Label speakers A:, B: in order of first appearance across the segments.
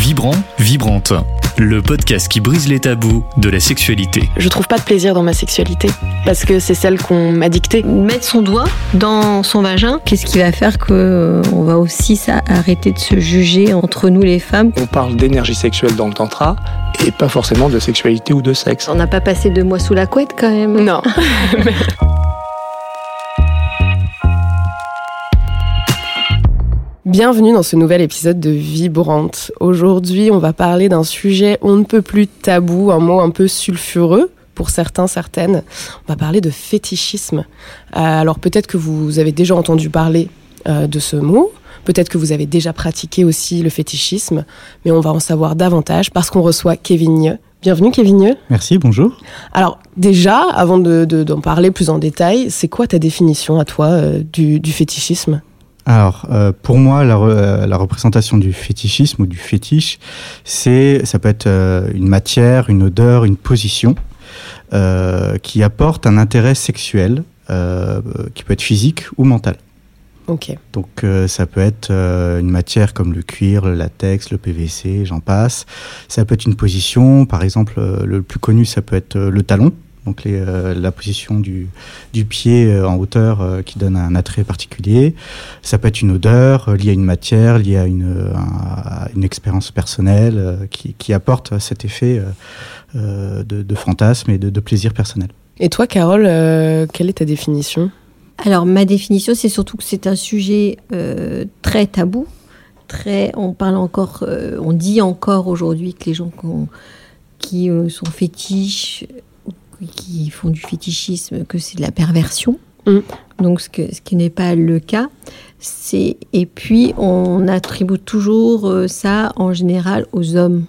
A: Vibrant, Vibrante, le podcast qui brise les tabous de la sexualité.
B: Je trouve pas de plaisir dans ma sexualité, parce que c'est celle qu'on m'a dictée.
C: Mettre son doigt dans son vagin, qu'est-ce qui va faire qu'on va aussi arrêter de se juger entre nous les femmes?
D: On parle d'énergie sexuelle dans le tantra, et pas forcément de sexualité ou de sexe.
C: On n'a pas passé 2 mois sous la couette quand même.
B: Non. Bienvenue dans ce nouvel épisode de Vibrante. Aujourd'hui, on va parler d'un sujet on ne peut plus tabou, un mot un peu sulfureux pour certains, certaines. On va parler de fétichisme. Alors peut-être que vous avez déjà entendu parler de ce mot, peut-être que vous avez déjà pratiqué aussi le fétichisme, mais on va en savoir davantage parce qu'on reçoit Kevin Nieu. Bienvenue Kevin Nieu.
E: Merci, bonjour.
B: Alors déjà, avant d'en parler plus en détail, c'est quoi ta définition à toi du fétichisme ?
E: Alors, pour moi, la représentation du fétichisme ou du fétiche, ça peut être une matière, une odeur, une position qui apporte un intérêt sexuel qui peut être physique ou mental.
B: Ok.
E: Donc, ça peut être une matière comme le cuir, le latex, le PVC, j'en passe. Ça peut être une position, par exemple, le plus connu, ça peut être le talon. Donc la position du pied en hauteur qui donne un attrait particulier. Ça peut être une odeur liée à une matière, liée à une expérience personnelle qui apporte cet effet de fantasme et de plaisir personnel.
B: Et toi, Carole, quelle est ta définition ?
C: Alors, ma définition, c'est surtout que c'est un sujet très tabou. On dit encore aujourd'hui que les gens qui sont fétiches, qui font du fétichisme, que c'est de la perversion. Donc ce qui n'est pas le cas. Et puis on attribue toujours ça en général aux hommes,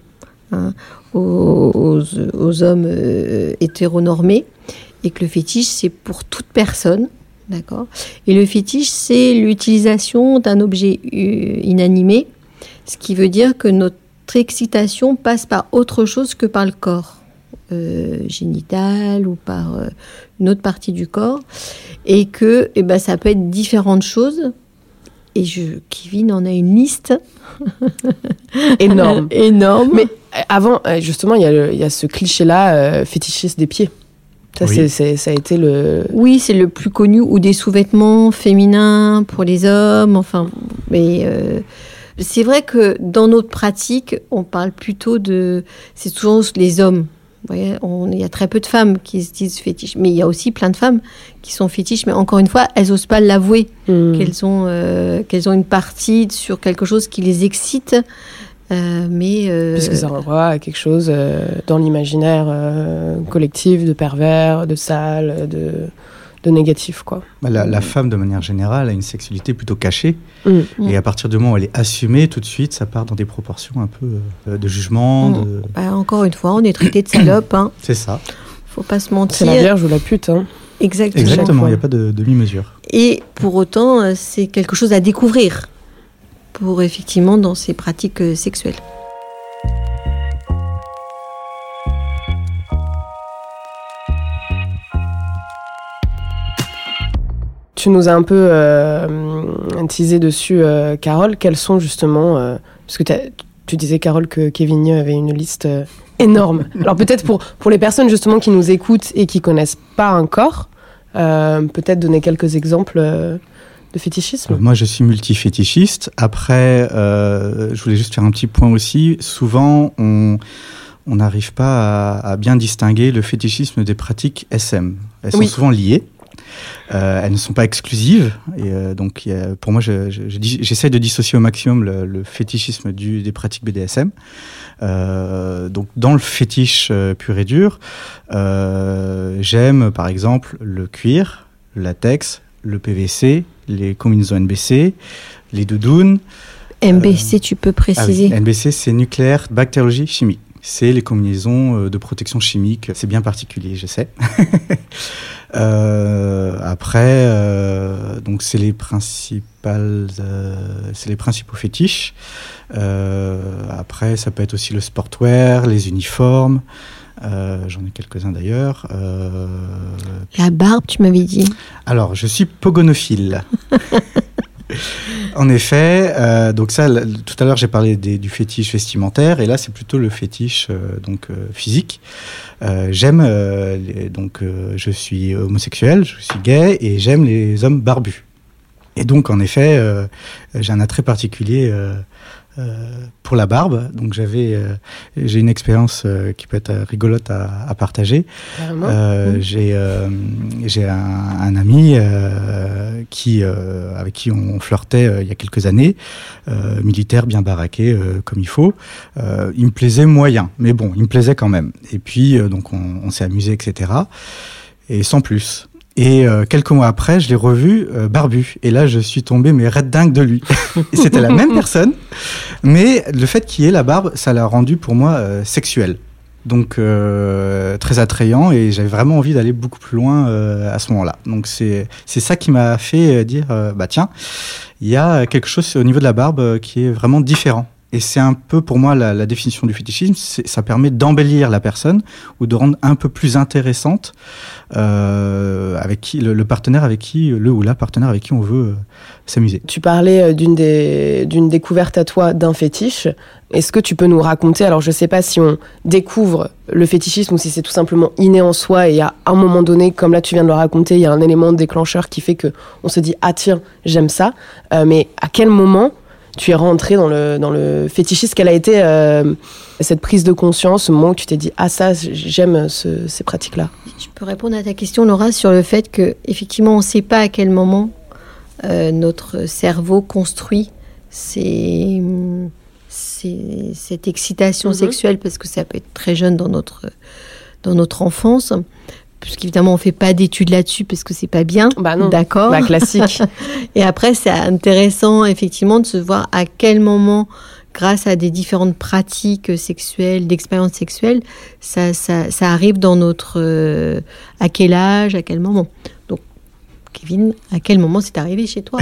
C: aux hommes hétéronormés, et que le fétiche c'est pour toute personne, d'accord. Et le fétiche c'est l'utilisation d'un objet inanimé, ce qui veut dire que notre excitation passe par autre chose que par le corps. Génitale ou par une autre partie du corps, et que ça peut être différentes choses. Et Kevin en a une liste
B: énorme.
C: Mais
B: avant, justement, il y a ce cliché-là, fétichiste des pieds. Ça,
E: oui.
B: Ça a été le...
C: Oui, c'est le plus connu, ou des sous-vêtements féminins pour les hommes, enfin... Mais... c'est vrai que dans notre pratique, on parle plutôt c'est souvent les hommes. Vous voyez, il y a très peu de femmes qui se disent fétiches, mais il y a aussi plein de femmes qui sont fétiches, mais encore une fois, elles n'osent pas l'avouer, qu'elles ont une partie sur quelque chose qui les excite,
B: puisque ça renvoie à quelque chose dans l'imaginaire collectif de pervers, de sale, de négatif, quoi.
E: La femme, de manière générale, a une sexualité plutôt cachée. Et à partir du moment où elle est assumée, tout de suite, ça part dans des proportions un peu de jugement.
C: Encore une fois, on est traité de salope.
E: C'est ça.
C: Faut pas se mentir.
B: C'est la vierge ou la pute.
C: Exactement.
E: Il n'y a pas de demi-mesure.
C: Et pour autant, c'est quelque chose à découvrir effectivement dans ces pratiques sexuelles.
B: Tu nous as un peu teasé dessus, Carole. Quels sont justement... parce que tu disais, Carole, que Kevin Nieu avait une liste énorme. Alors peut-être pour les personnes justement qui nous écoutent et qui ne connaissent pas encore, peut-être donner quelques exemples de fétichisme.
E: Moi, je suis multifétichiste. Après, je voulais juste faire un petit point aussi. Souvent, on n'arrive pas à bien distinguer le fétichisme des pratiques SM. Elles sont souvent liées. Elles ne sont pas exclusives, et donc pour moi j'essaie de dissocier au maximum le fétichisme des pratiques BDSM. Donc dans le fétiche pur et dur, j'aime par exemple le cuir, le latex, le PVC, les combinaisons NBC, les doudounes.
C: NBC, tu peux préciser?
E: NBC, c'est nucléaire, bactériologie, chimie. C'est les combinaisons de protection chimique. C'est bien particulier, je sais. Après, donc c'est les principaux fétiches. Après, ça peut être aussi le sportwear, les uniformes. J'en ai quelques-uns d'ailleurs.
C: La barbe, tu m'avais dit.
E: Alors, je suis pogonophile. En effet, donc ça, tout à l'heure j'ai parlé du fétiche vestimentaire, et là c'est plutôt le fétiche physique. J'aime, je suis homosexuel, je suis gay, et j'aime les hommes barbus. Et donc en effet, j'ai un attrait particulier pour la barbe. Donc j'ai une expérience qui peut être rigolote à partager. J'ai un ami avec qui on flirtait il y a quelques années, militaire bien baraqué comme il faut. Il me plaisait moyen, mais bon, il me plaisait quand même. Et puis donc on s'est amusé, etc. Et sans plus. Et quelques mois après, je l'ai revu barbu. Et là, je suis tombé red dingue de lui. Et c'était la même personne, mais le fait qu'il y ait la barbe, ça l'a rendu pour moi sexuel. Donc très attrayant, et j'avais vraiment envie d'aller beaucoup plus loin à ce moment-là. Donc c'est ça qui m'a fait dire tiens, il y a quelque chose au niveau de la barbe qui est vraiment différent. Et c'est un peu pour moi la définition du fétichisme, ça permet d'embellir la personne ou de rendre un peu plus intéressante avec qui le partenaire avec qui le ou la partenaire avec qui on veut s'amuser.
B: Tu parlais d'une découverte à toi d'un fétiche. Est-ce que tu peux nous raconter, alors je sais pas si on découvre le fétichisme ou si c'est tout simplement inné en soi et à un moment donné, comme là tu viens de le raconter, il y a un élément déclencheur qui fait que on se dit ah tiens j'aime ça, mais à quel moment tu es rentré dans le fétichisme? Quelle a été cette prise de conscience, ce moment où tu t'es dit « Ah ça, j'aime ces pratiques-là » ?
C: Je peux répondre à ta question, Laura, sur le fait qu'effectivement, on ne sait pas à quel moment notre cerveau construit cette excitation sexuelle, parce que ça peut être très jeune dans notre enfance. Puisqu'évidemment, on ne fait pas d'études là-dessus parce que c'est pas bien.
B: Bah non.
C: D'accord.
B: Bah classique.
C: Et après, c'est intéressant, effectivement, de se voir à quel moment, grâce à des différentes pratiques sexuelles, d'expériences sexuelles, ça arrive dans notre... à quel âge, à quel moment. Donc, Kevin, à quel moment c'est arrivé chez toi ?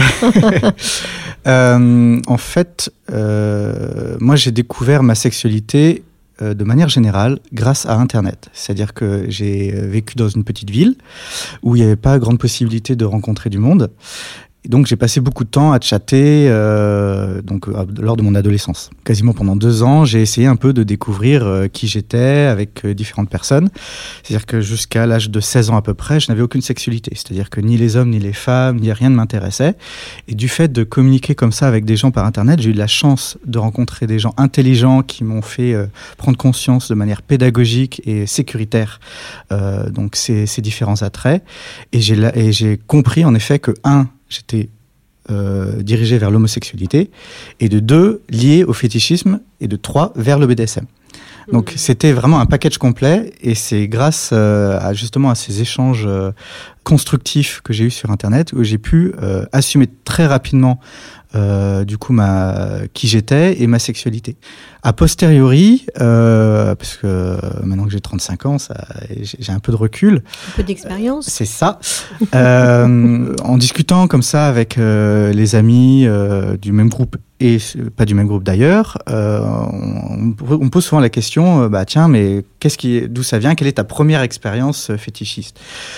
E: En fait, moi, j'ai découvert ma sexualité de manière générale grâce à Internet. C'est-à-dire que j'ai vécu dans une petite ville où il n'y avait pas grande possibilité de rencontrer du monde. Et donc j'ai passé beaucoup de temps à chatter lors de mon adolescence. Quasiment pendant 2 ans, j'ai essayé un peu de découvrir qui j'étais avec différentes personnes. C'est-à-dire que jusqu'à l'âge de 16 ans à peu près, je n'avais aucune sexualité. C'est-à-dire que ni les hommes, ni les femmes, ni rien ne m'intéressait. Et du fait de communiquer comme ça avec des gens par Internet, j'ai eu la chance de rencontrer des gens intelligents qui m'ont fait prendre conscience de manière pédagogique et sécuritaire donc ces différents attraits. Et j'ai compris en effet que j'étais dirigé vers l'homosexualité, et de 2, lié au fétichisme, et de 3, vers le BDSM. Donc c'était vraiment un package complet, et c'est grâce justement à ces échanges constructifs que j'ai eus sur Internet où j'ai pu assumer très rapidement qui j'étais et ma sexualité. A posteriori, parce que maintenant que j'ai 35 ans, j'ai un peu de recul.
C: Un peu d'expérience.
E: C'est ça. En discutant comme ça avec les amis du même groupe et pas du même groupe d'ailleurs, on pose souvent la question, tiens, mais d'où ça vient? Quelle est ta première expérience fétichiste?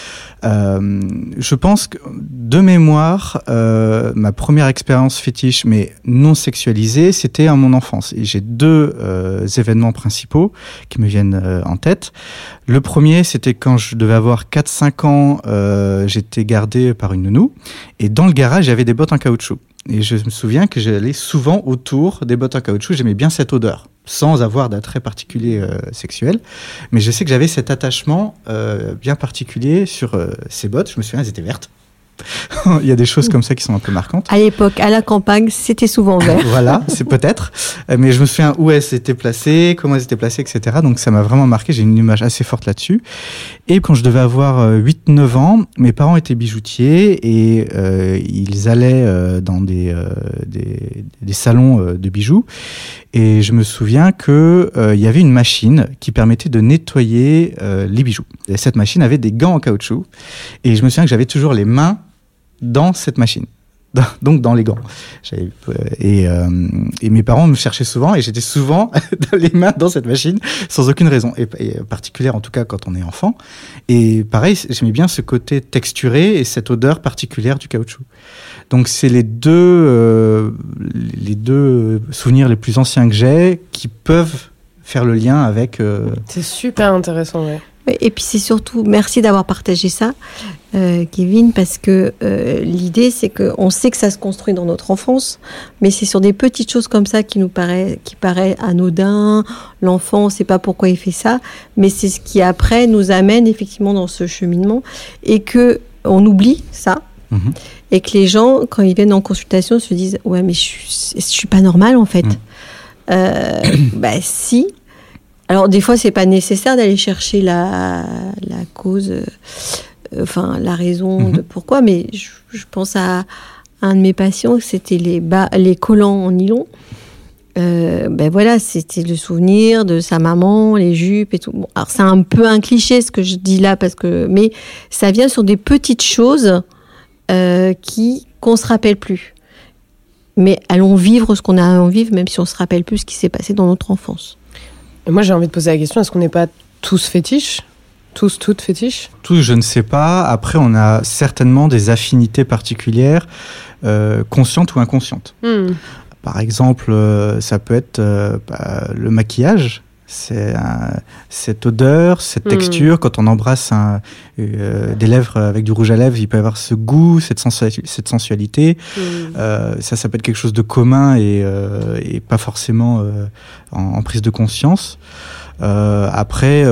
E: Je pense que, de mémoire, ma première expérience fétiche, mais non sexualisée, c'était à mon enfance. Et j'ai 2 événements principaux qui me viennent en tête. Le premier, c'était quand je devais avoir 4-5 ans, j'étais gardé par une nounou. Et dans le garage, il y avait des bottes en caoutchouc. Et je me souviens que j'allais souvent autour des bottes en caoutchouc. J'aimais bien cette odeur, sans avoir d'attrait particulier sexuel. Mais je sais que j'avais cet attachement bien particulier sur ces bottes. Je me souviens, elles étaient vertes. Il y a des choses comme ça qui sont un peu marquantes.
C: À l'époque, à la campagne, c'était souvent vert.
E: Voilà, c'est peut-être. Mais je me souviens où elles étaient placées, comment elles étaient placées, etc. Donc ça m'a vraiment marqué. J'ai une image assez forte là-dessus. Et quand je devais avoir 8-9 ans, mes parents étaient bijoutiers et ils allaient dans des salons de bijoux. Et je me souviens que il y avait une machine qui permettait de nettoyer les bijoux. Et cette machine avait des gants en caoutchouc. Et je me souviens que j'avais toujours les mains dans cette machine. donc dans les gants. Et mes parents me cherchaient souvent et j'étais souvent les mains dans cette machine sans aucune raison, et particulière en tout cas quand on est enfant. Et pareil, j'aimais bien ce côté texturé et cette odeur particulière du caoutchouc. Donc c'est les deux souvenirs les plus anciens que j'ai qui peuvent faire le lien avec...
B: C'est super intéressant, ouais.
C: Et puis c'est surtout, merci d'avoir partagé ça, Kevin, parce que l'idée c'est qu'on sait que ça se construit dans notre enfance, mais c'est sur des petites choses comme ça qui paraît anodin. L'enfant, on ne sait pas pourquoi il fait ça, mais c'est ce qui après nous amène effectivement dans ce cheminement et que on oublie ça. Et que les gens, quand ils viennent en consultation, se disent « Ouais, mais je suis pas normale, en fait. » Si. Alors, des fois, c'est pas nécessaire d'aller chercher la cause, la raison de pourquoi, mais je pense à un de mes patients, c'était les collants en nylon. C'était le souvenir de sa maman, les jupes et tout. Bon, alors, c'est un peu un cliché, ce que je dis là, mais ça vient sur des petites choses qu'on se rappelle plus. Mais allons vivre ce qu'on a à vivre, même si on se rappelle plus ce qui s'est passé dans notre enfance.
B: Et moi, j'ai envie de poser la question, est-ce qu'on n'est pas tous fétiches ? Toutes fétiches ?
E: Tous, je ne sais pas. Après, on a certainement des affinités particulières, conscientes ou inconscientes. Par exemple, ça peut être le maquillage. C'est cette odeur, cette texture. Quand on embrasse des lèvres avec du rouge à lèvres, il peut y avoir ce goût, cette sensualité. Ça peut être quelque chose de commun et pas forcément en prise de conscience. Après,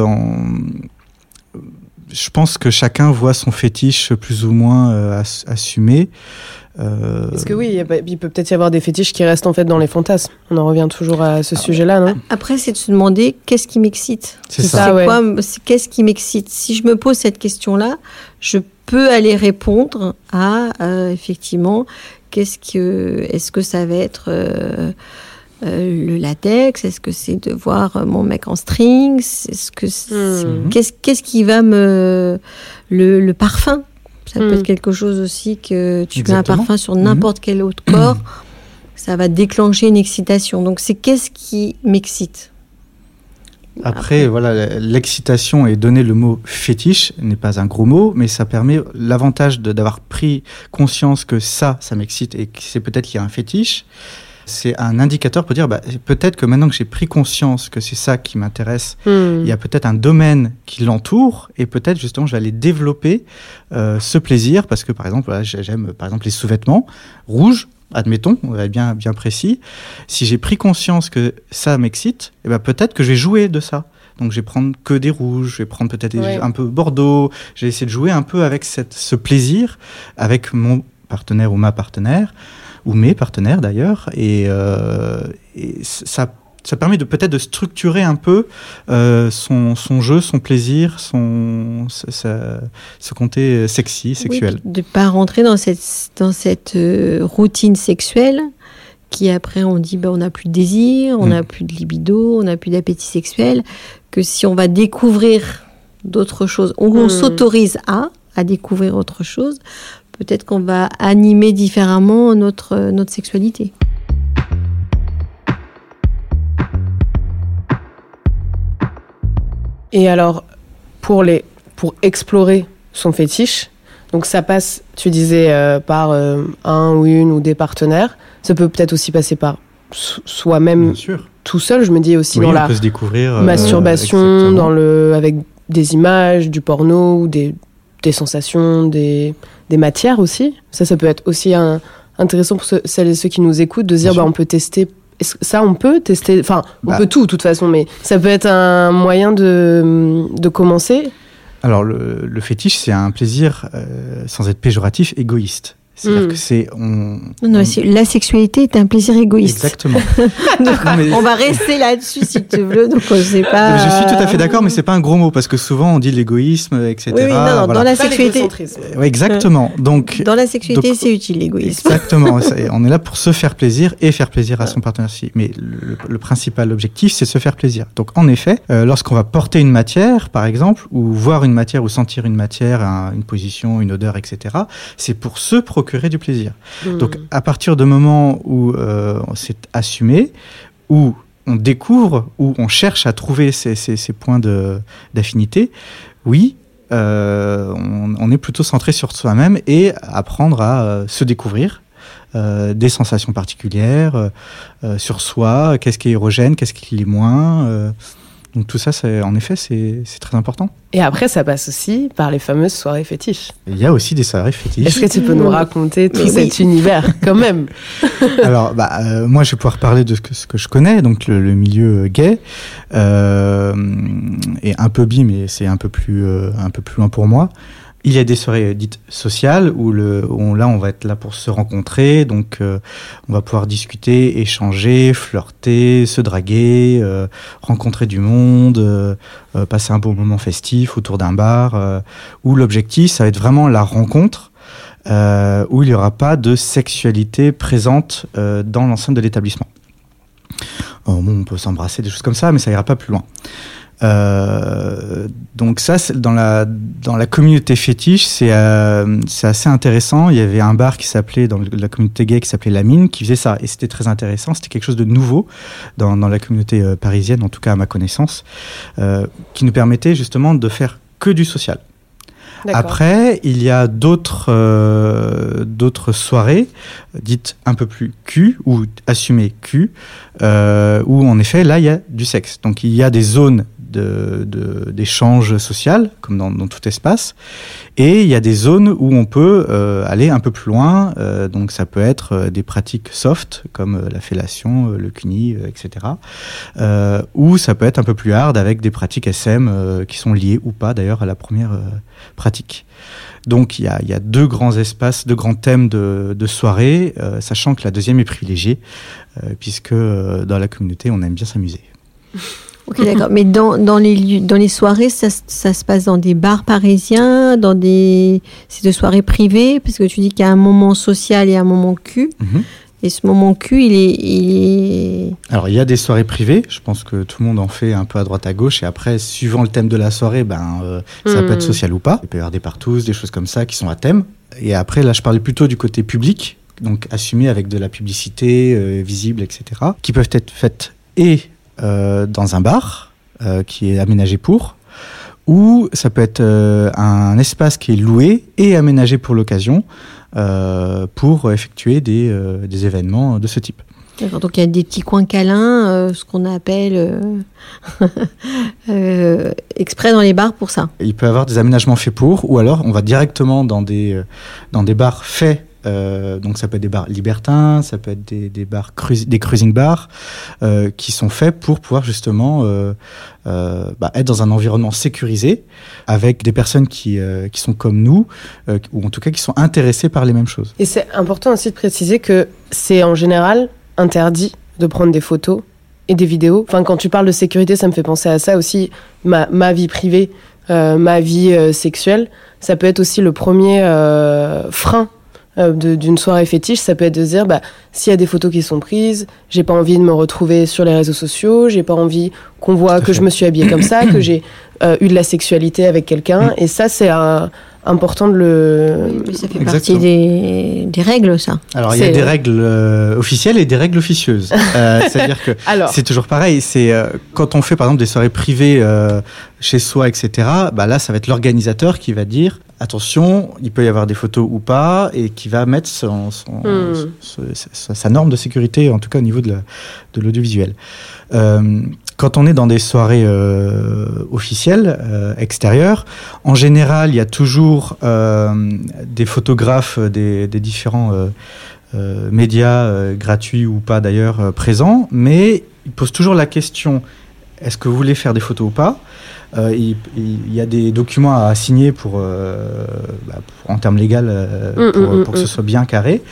E: je pense que chacun voit son fétiche plus ou moins assumé.
B: Est-ce que oui, il peut peut-être y avoir des fétiches qui restent en fait dans les fantasmes. On en revient toujours à ce sujet-là, non ?
C: Après, c'est de se demander qu'est-ce qui m'excite.
E: C'est ça.
C: Qu'est-ce qui m'excite ? Si je me pose cette question-là, je peux aller répondre à effectivement est-ce que ça va être le latex ? Est-ce que c'est de voir mon mec en string ? Qu'est-ce qui va le parfum ? Ça peut être quelque chose aussi que tu mets un parfum sur n'importe quel autre corps, ça va déclencher une excitation. Donc c'est qu'est-ce qui m'excite ?
E: Après, voilà, l'excitation et donner le mot fétiche n'est pas un gros mot, mais ça permet l'avantage d'avoir pris conscience que ça m'excite et que c'est peut-être qu'il y a un fétiche. C'est un indicateur pour dire peut-être que maintenant que j'ai pris conscience que c'est ça qui m'intéresse, il y a peut-être un domaine qui l'entoure et peut-être justement je vais aller développer ce plaisir parce que par exemple j'aime par exemple les sous-vêtements rouges, admettons, on va être bien précis. Si j'ai pris conscience que ça m'excite, peut-être que je vais jouer de ça. Donc je vais prendre que des rouges, je vais prendre peut-être un peu bordeaux, je vais essayer de jouer un peu avec ce plaisir avec mon partenaire ou ma partenaire. Ou mes partenaires d'ailleurs, et ça permet peut-être de structurer un peu son jeu, son plaisir, ce côté sexy, sexuel.
C: Oui, de ne pas rentrer dans cette routine sexuelle qui après on dit on n'a plus de désir, on n'a plus de libido, on n'a plus d'appétit sexuel, que si on va découvrir d'autres choses, on s'autorise à découvrir autre chose, peut-être qu'on va animer différemment notre sexualité.
B: Et alors, pour explorer son fétiche, donc ça passe, tu disais, par un ou une ou des partenaires. Ça peut peut-être aussi passer par soi-même tout seul. Je me dis aussi dans la
E: peut se découvrir,
B: masturbation, avec des images, du porno ou des sensations, des matières aussi. Ça peut être aussi intéressant pour celles et ceux qui nous écoutent de se dire on peut tester. Ça, on peut tester. Enfin, on peut tout, de toute façon, mais ça peut être un moyen de commencer.
E: Alors, le fétiche, c'est un plaisir, sans être péjoratif, égoïste. C'est-à-dire que c'est...
C: la sexualité est un plaisir égoïste.
E: Exactement.
C: On va rester là-dessus, si tu veux, donc on ne sait pas...
E: Je suis tout à fait d'accord, mais c'est pas un gros mot, parce que souvent on dit l'égoïsme, etc.
C: Oui, non, dans la sexualité...
E: Oui, exactement. Donc,
C: dans la sexualité, c'est utile, l'égoïsme.
E: Exactement. On est là pour se faire plaisir et faire plaisir à son partenaire. Mais le principal objectif, c'est se faire plaisir. Donc, en effet, lorsqu'on va porter une matière, par exemple, ou voir une matière, ou sentir une matière, une position, une odeur, etc., c'est pour se procurer procurer du plaisir. Donc à partir du moment où c'est assumé, où on découvre, où on cherche à trouver ces points d'affinité, oui, on est plutôt centré sur soi-même et apprendre à se découvrir des sensations particulières sur soi, qu'est-ce qui est érogène, qu'est-ce qui l'est moins. Donc tout ça, en effet, c'est très important.
B: Et après, ça passe aussi par les fameuses soirées fétiches.
E: Il y a aussi des soirées fétiches.
B: Est-ce que tu peux nous raconter tout cet univers, quand même?
E: Alors, moi, je vais pouvoir parler de ce que je connais, donc le milieu gay, et un peu bi, mais c'est un peu plus loin pour moi. Il y a des soirées dites sociales où là on va être là pour se rencontrer, donc on va pouvoir discuter, échanger, flirter, se draguer, rencontrer du monde, passer un bon moment festif autour d'un bar, où l'objectif ça va être vraiment la rencontre, où il n'y aura pas de sexualité présente dans l'enceinte de l'établissement. On peut s'embrasser, des choses comme ça, mais ça ira pas plus loin. Donc ça, dans la communauté fétiche, c'est assez intéressant. Il y avait un bar qui s'appelait, dans la communauté gay, qui s'appelait La Mine, qui faisait ça. Et c'était très intéressant. C'était quelque chose de nouveau dans la communauté parisienne, en tout cas à ma connaissance, qui nous permettait justement de faire que du social. D'accord. Après, il y a d'autres soirées dites un peu plus cul ou assumées cul, où en effet là il y a du sexe. Donc il y a des zones d'échange social comme dans tout espace, et il y a des zones où on peut aller un peu plus loin. Donc ça peut être des pratiques soft comme la fellation, le cuni, etc. Ou ça peut être un peu plus hard avec des pratiques SM qui sont liées ou pas d'ailleurs à la première pratique. Donc il y a deux grands espaces, deux grands thèmes de soirée, sachant que la deuxième est privilégiée, puisque dans la communauté on aime bien s'amuser.
C: Ok, d'accord. Mais dans les soirées, ça se passe dans des bars parisiens, c'est de soirées privées, parce que tu dis qu'il y a un moment social et un moment cul. Mm-hmm. Et ce moment cul, il est... Alors,
E: il y a des soirées privées. Je pense que tout le monde en fait un peu à droite à gauche. Et après, suivant le thème de la soirée, ça peut être social ou pas. Il peut y avoir des partous, des choses comme ça qui sont à thème. Et après, là, je parlais plutôt du côté public, donc assumé avec de la publicité visible, etc., qui peuvent être faites dans un bar qui est aménagé pour, ou ça peut être un espace qui est loué et aménagé pour l'occasion pour effectuer des événements de ce type.
C: D'accord, donc il y a des petits coins câlins, ce qu'on appelle exprès dans les bars pour ça. Il
E: peut y avoir des aménagements faits pour, ou alors on va directement dans des bars faits. Donc ça peut être des bars libertins, ça peut être des bars des cruising bars qui sont faits pour pouvoir justement être dans un environnement sécurisé avec des personnes qui sont comme nous, ou en tout cas qui sont intéressées par les mêmes choses.
B: Et c'est important aussi de préciser que c'est en général interdit de prendre des photos et des vidéos. Enfin, quand tu parles de sécurité, ça me fait penser à ça aussi, ma vie privée, ma vie sexuelle, ça peut être aussi le premier frein d'une soirée fétiche. Ça peut être de se dire s'il y a des photos qui sont prises, j'ai pas envie de me retrouver sur les réseaux sociaux, j'ai pas envie qu'on voit que je me suis habillée comme ça, que j'ai eu de la sexualité avec quelqu'un, et ça c'est important de le...
C: Oui, ça fait partie des règles, ça.
E: Alors il y a des règles officielles et des règles officieuses. C'est-à-dire que c'est toujours pareil, c'est quand on fait par exemple des soirées privées chez soi, etc., là ça va être l'organisateur qui va dire attention, il peut y avoir des photos ou pas, et qui va mettre sa norme de sécurité, en tout cas au niveau de l'audiovisuel. Quand on est dans des soirées officielles, extérieures, en général, il y a toujours des photographes des différents médias, gratuits ou pas d'ailleurs, présents, mais ils posent toujours la question, est-ce que vous voulez faire des photos ou pas ? Il y a des documents à signer en termes légaux pour que ce soit bien carré.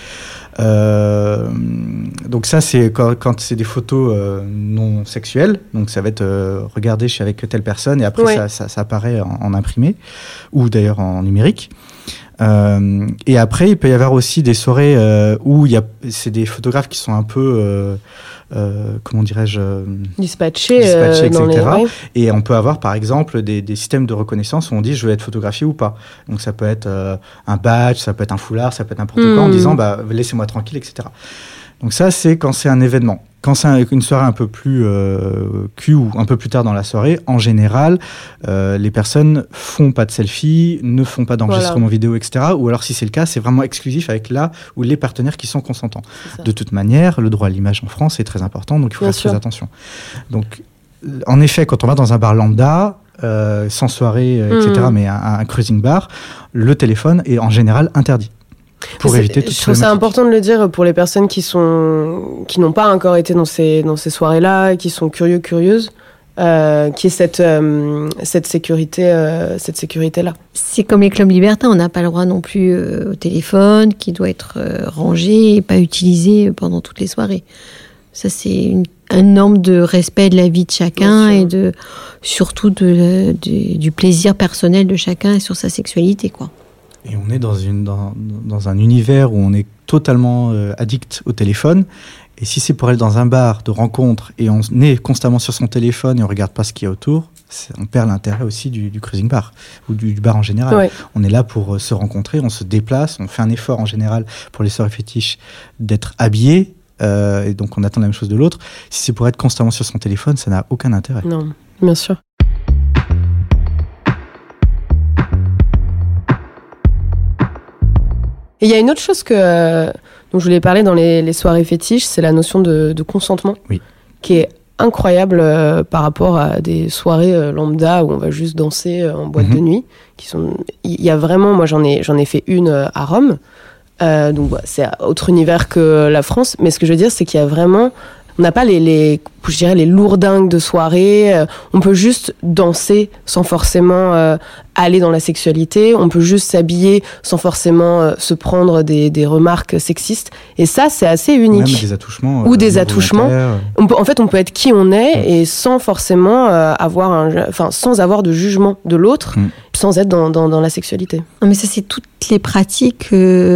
E: Donc ça, c'est quand c'est des photos non sexuelles, donc ça va être regardé avec telle personne, et après ça apparaît en imprimé ou d'ailleurs en numérique. Et après, il peut y avoir aussi des soirées où c'est des photographes qui sont un peu, comment dirais-je,
B: dispatchés,
E: etc. Et on peut avoir, par exemple, des systèmes de reconnaissance où on dit je veux être photographié ou pas. Donc ça peut être un badge, ça peut être un foulard, ça peut être n'importe quoi, en disant laissez-moi tranquille, etc. Donc ça, c'est quand c'est un événement. Quand c'est une soirée un peu plus cul ou un peu plus tard dans la soirée, en général, les personnes font pas de selfie, ne font pas d'enregistrement vidéo, etc. Ou alors, si c'est le cas, c'est vraiment exclusif avec là ou les partenaires qui sont consentants. De toute manière, le droit à l'image en France est très important, donc il faut faire très attention. Donc, en effet, quand on va dans un bar lambda, sans soirée, etc., mais un cruising bar, le téléphone est en général interdit. Pour éviter toute
B: je trouve ça important de le dire pour les personnes qui n'ont pas encore été dans ces soirées-là, qui sont curieuses, qui est cette sécurité-là.
C: C'est comme les clubs libertins, on n'a pas le droit non plus au téléphone, qui doit être rangé et pas utilisé pendant toutes les soirées. Ça, c'est un norme de respect de la vie de chacun et surtout du plaisir personnel de chacun sur sa sexualité, quoi.
E: Et on est dans un univers où on est totalement addict au téléphone. Et si c'est pour aller dans un bar de rencontre et on est constamment sur son téléphone et on regarde pas ce qu'il y a autour, on perd l'intérêt aussi du cruising bar ou du bar en général. Ouais. On est là pour se rencontrer, on se déplace, on fait un effort en général pour les soirées fétiches d'être habillé. Et donc on attend la même chose de l'autre. Si c'est pour être constamment sur son téléphone, ça n'a aucun intérêt.
B: Non, bien sûr. Et il y a une autre chose dont je voulais parler dans les soirées fétiches, c'est la notion de consentement, qui est incroyable par rapport à des soirées lambda où on va juste danser en boîte de nuit. Il y a vraiment, moi j'en ai fait une à Rome, donc c'est autre univers que la France, mais ce que je veux dire c'est qu'il y a vraiment, on n'a pas les lourdingues de soirée, on peut juste danser sans forcément aller dans la sexualité, on peut juste s'habiller sans forcément se prendre des remarques sexistes, et ça c'est assez unique.
E: Même des attouchements.
B: Ou des attouchements. On peut être qui on est et sans forcément sans avoir de jugement de l'autre, sans être dans la sexualité.
C: Non, mais ça c'est toutes les pratiques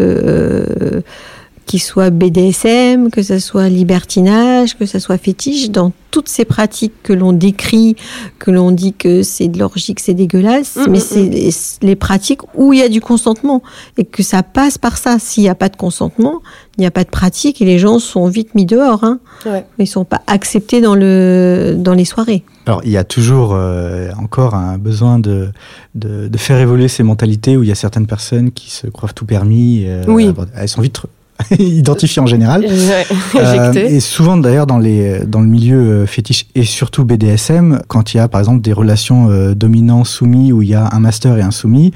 C: qu'il soit BDSM, que ça soit libertinage, que ça soit fétiche, dans toutes ces pratiques que l'on décrit, que l'on dit que c'est de l'orgie, que c'est dégueulasse, mais c'est les pratiques où il y a du consentement et que ça passe par ça. S'il n'y a pas de consentement, il n'y a pas de pratique et les gens sont vite mis dehors. Hein. Ouais. Ils ne sont pas acceptés dans les soirées.
E: Alors, il y a toujours encore un besoin de faire évoluer ces mentalités où il y a certaines personnes qui se croient tout permis. Elles sont vite identifié en général. Et souvent d'ailleurs dans le milieu fétiche et surtout BDSM, quand il y a par exemple des relations dominant-soumis où il y a un master et un soumis,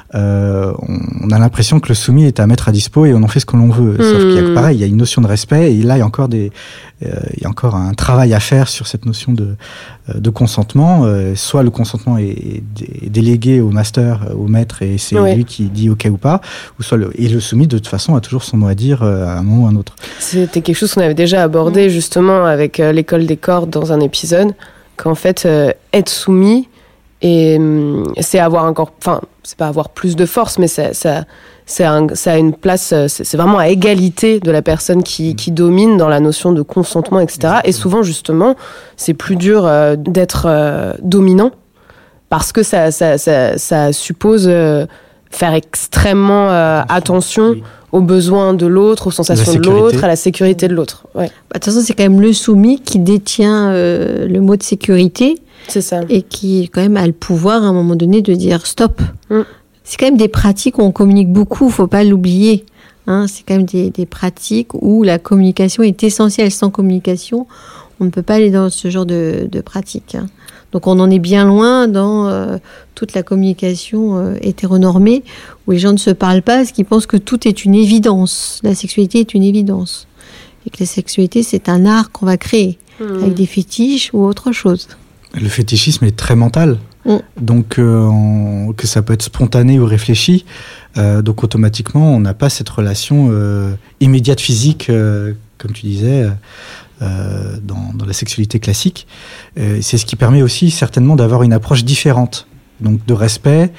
E: on a l'impression que le soumis est à mettre à dispo et on en fait ce que l'on veut. Sauf qu'il y a pareil, il y a une notion de respect et là il y a encore un travail à faire sur cette notion de consentement. Soit le consentement est délégué au master, au maître et c'est lui qui dit ok ou pas, ou soit le soumis de toute façon a toujours son mot à dire à un moment ou à un autre.
B: C'était quelque chose qu'on avait déjà abordé justement avec l'école des cordes dans un épisode, qu'en fait être soumis et c'est avoir c'est pas avoir plus de force, mais ça a une place, c'est vraiment à égalité de la personne qui domine dans la notion de consentement, etc. Exactement. Et souvent justement c'est plus dur d'être dominant parce que ça suppose faire extrêmement attention aux besoins de l'autre, aux sensations de l'autre, à la sécurité de l'autre. Ouais.
C: De toute façon, c'est quand même le soumis qui détient le mot de sécurité.
B: C'est ça.
C: Et qui, quand même, a le pouvoir, à un moment donné, de dire stop. C'est quand même des pratiques où on communique beaucoup, il ne faut pas l'oublier. C'est quand même des pratiques où la communication est essentielle. Sans communication, on ne peut pas aller dans ce genre de pratiques. Donc on en est bien loin dans toute la communication hétéronormée, où les gens ne se parlent pas parce qu'ils pensent que tout est une évidence. La sexualité est une évidence. Et que la sexualité, c'est un art qu'on va créer, avec des fétiches ou autre chose.
E: Le fétichisme est très mental. Donc que ça peut être spontané ou réfléchi. Donc automatiquement, on n'a pas cette relation immédiate physique, comme tu disais, dans la sexualité classique. C'est ce qui permet aussi certainement d'avoir une approche différente donc de respect.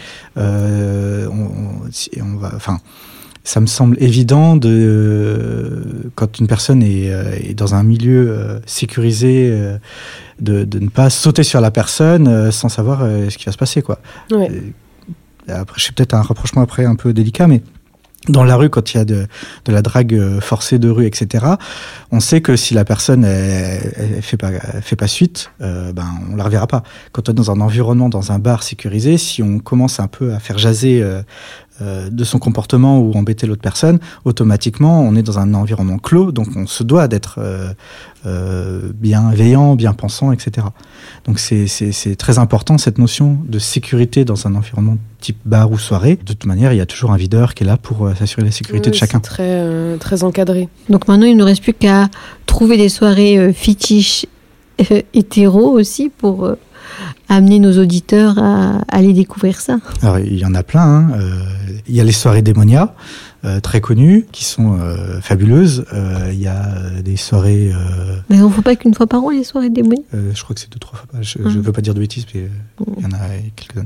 E: Ça me semble évident quand une personne est dans un milieu sécurisé, de ne pas sauter sur la personne sans savoir ce qui va se passer, quoi.
B: Ouais.
E: Après, c'est peut-être un rapprochement après un peu délicat, mais dans la rue, quand il y a de la drague forcée de rue, etc., on sait que si la personne elle fait pas suite, on la reverra pas. Quand on est dans un environnement, dans un bar sécurisé, si on commence un peu à faire jaser de son comportement ou embêter l'autre personne, automatiquement, on est dans un environnement clos, donc on se doit d'être bienveillant, bien pensant, etc. Donc c'est très important, cette notion de sécurité dans un environnement type bar ou soirée. De toute manière, il y a toujours un videur qui est là pour s'assurer la sécurité de chacun.
B: C'est très encadré.
C: Donc maintenant, il ne nous reste plus qu'à trouver des soirées fétiches hétéros aussi pour amener nos auditeurs à aller découvrir ça. Alors,
E: il y en a plein. Il y a les soirées Démonia, très connues, qui sont fabuleuses. Il y a des soirées...
C: Mais on ne fait pas qu'une fois par an, les soirées Démonia.
E: Je crois que c'est 2-3 fois. Je ne veux pas dire de bêtises, mais il y en a quelques-unes.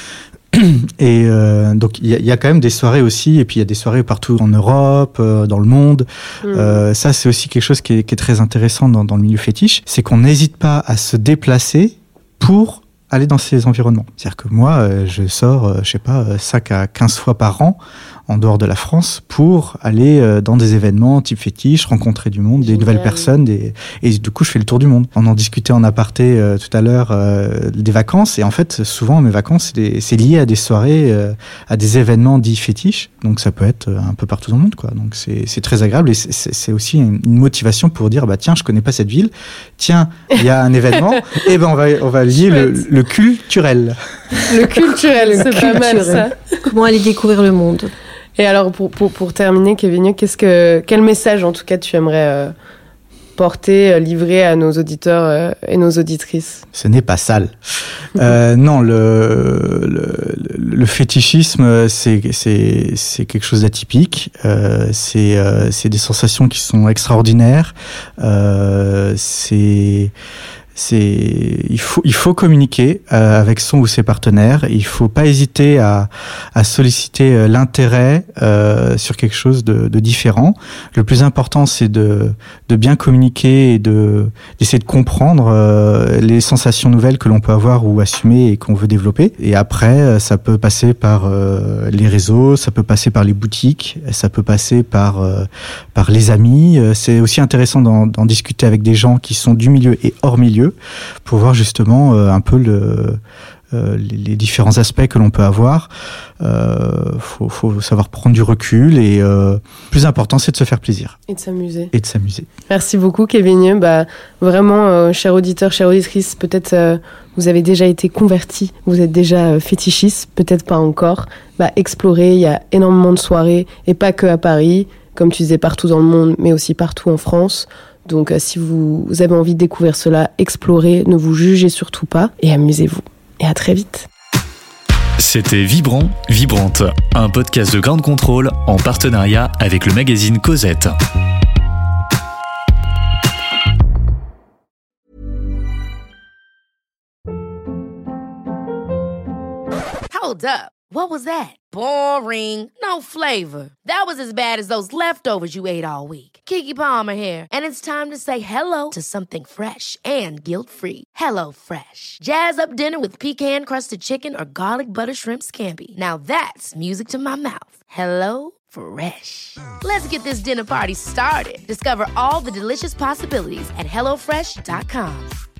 E: Et donc il y a quand même des soirées aussi, et puis il y a des soirées partout en Europe, dans le monde. Ça, c'est aussi quelque chose qui est très intéressant dans le milieu fétiche, c'est qu'on n'hésite pas à se déplacer pour aller dans ces environnements. C'est-à-dire que moi, je sors, 5 à 15 fois par an en dehors de la France pour aller dans des événements type fétiche, rencontrer du monde, des nouvelles personnes, et du coup, je fais le tour du monde. On en discutait en aparté tout à l'heure des vacances, et en fait, souvent, mes vacances, c'est lié à des soirées, à des événements dits fétiches, donc ça peut être un peu partout dans le monde, quoi. Donc c'est très agréable, et c'est aussi une motivation pour dire, tiens, je connais pas cette ville, tiens, il y a un événement, et on va lier le culturel.
B: Le culturel, c'est pas mal ça.
C: Comment aller découvrir le monde.
B: Et alors, pour terminer, Kevin, quel message, en tout cas, tu aimerais porter, livrer à nos auditeurs et nos auditrices ?
E: Ce n'est pas sale. Non, le fétichisme, c'est quelque chose d'atypique. C'est des sensations qui sont extraordinaires. Il faut communiquer avec son ou ses partenaires. Il faut pas hésiter à solliciter l'intérêt sur quelque chose de différent. Le plus important, c'est de bien communiquer et d'essayer de comprendre les sensations nouvelles que l'on peut avoir ou assumer et qu'on veut développer. Et après, ça peut passer par les réseaux, ça peut passer par les boutiques, ça peut passer par les amis. C'est aussi intéressant d'en discuter avec des gens qui sont du milieu et hors milieu, pour voir justement un peu les différents aspects que l'on peut avoir. Faut savoir prendre du recul, et le plus important, c'est de se faire plaisir.
B: Et de s'amuser.
E: Merci
B: beaucoup, Kevin. Vraiment, chers auditeurs, chères auditrices, peut-être vous avez déjà été convertis, vous êtes déjà fétichistes, peut-être pas encore. Explorez, il y a énormément de soirées, et pas que à Paris, comme tu disais, partout dans le monde, mais aussi partout en France. Donc si vous avez envie de découvrir cela, explorez, ne vous jugez surtout pas, et amusez-vous. Et à très vite.
A: C'était Vibrant, Vibrante, un podcast de Ground Control en partenariat avec le magazine Cosette.
F: Hold up. What was that? Boring. No flavor. That was as bad as those leftovers you ate all week. Keke Palmer here, and it's time to say hello to something fresh and guilt-free. Hello Fresh. Jazz up dinner with pecan-crusted chicken or garlic butter shrimp scampi. Now that's music to my mouth. Hello Fresh. Let's get this dinner party started. Discover all the delicious possibilities at HelloFresh.com.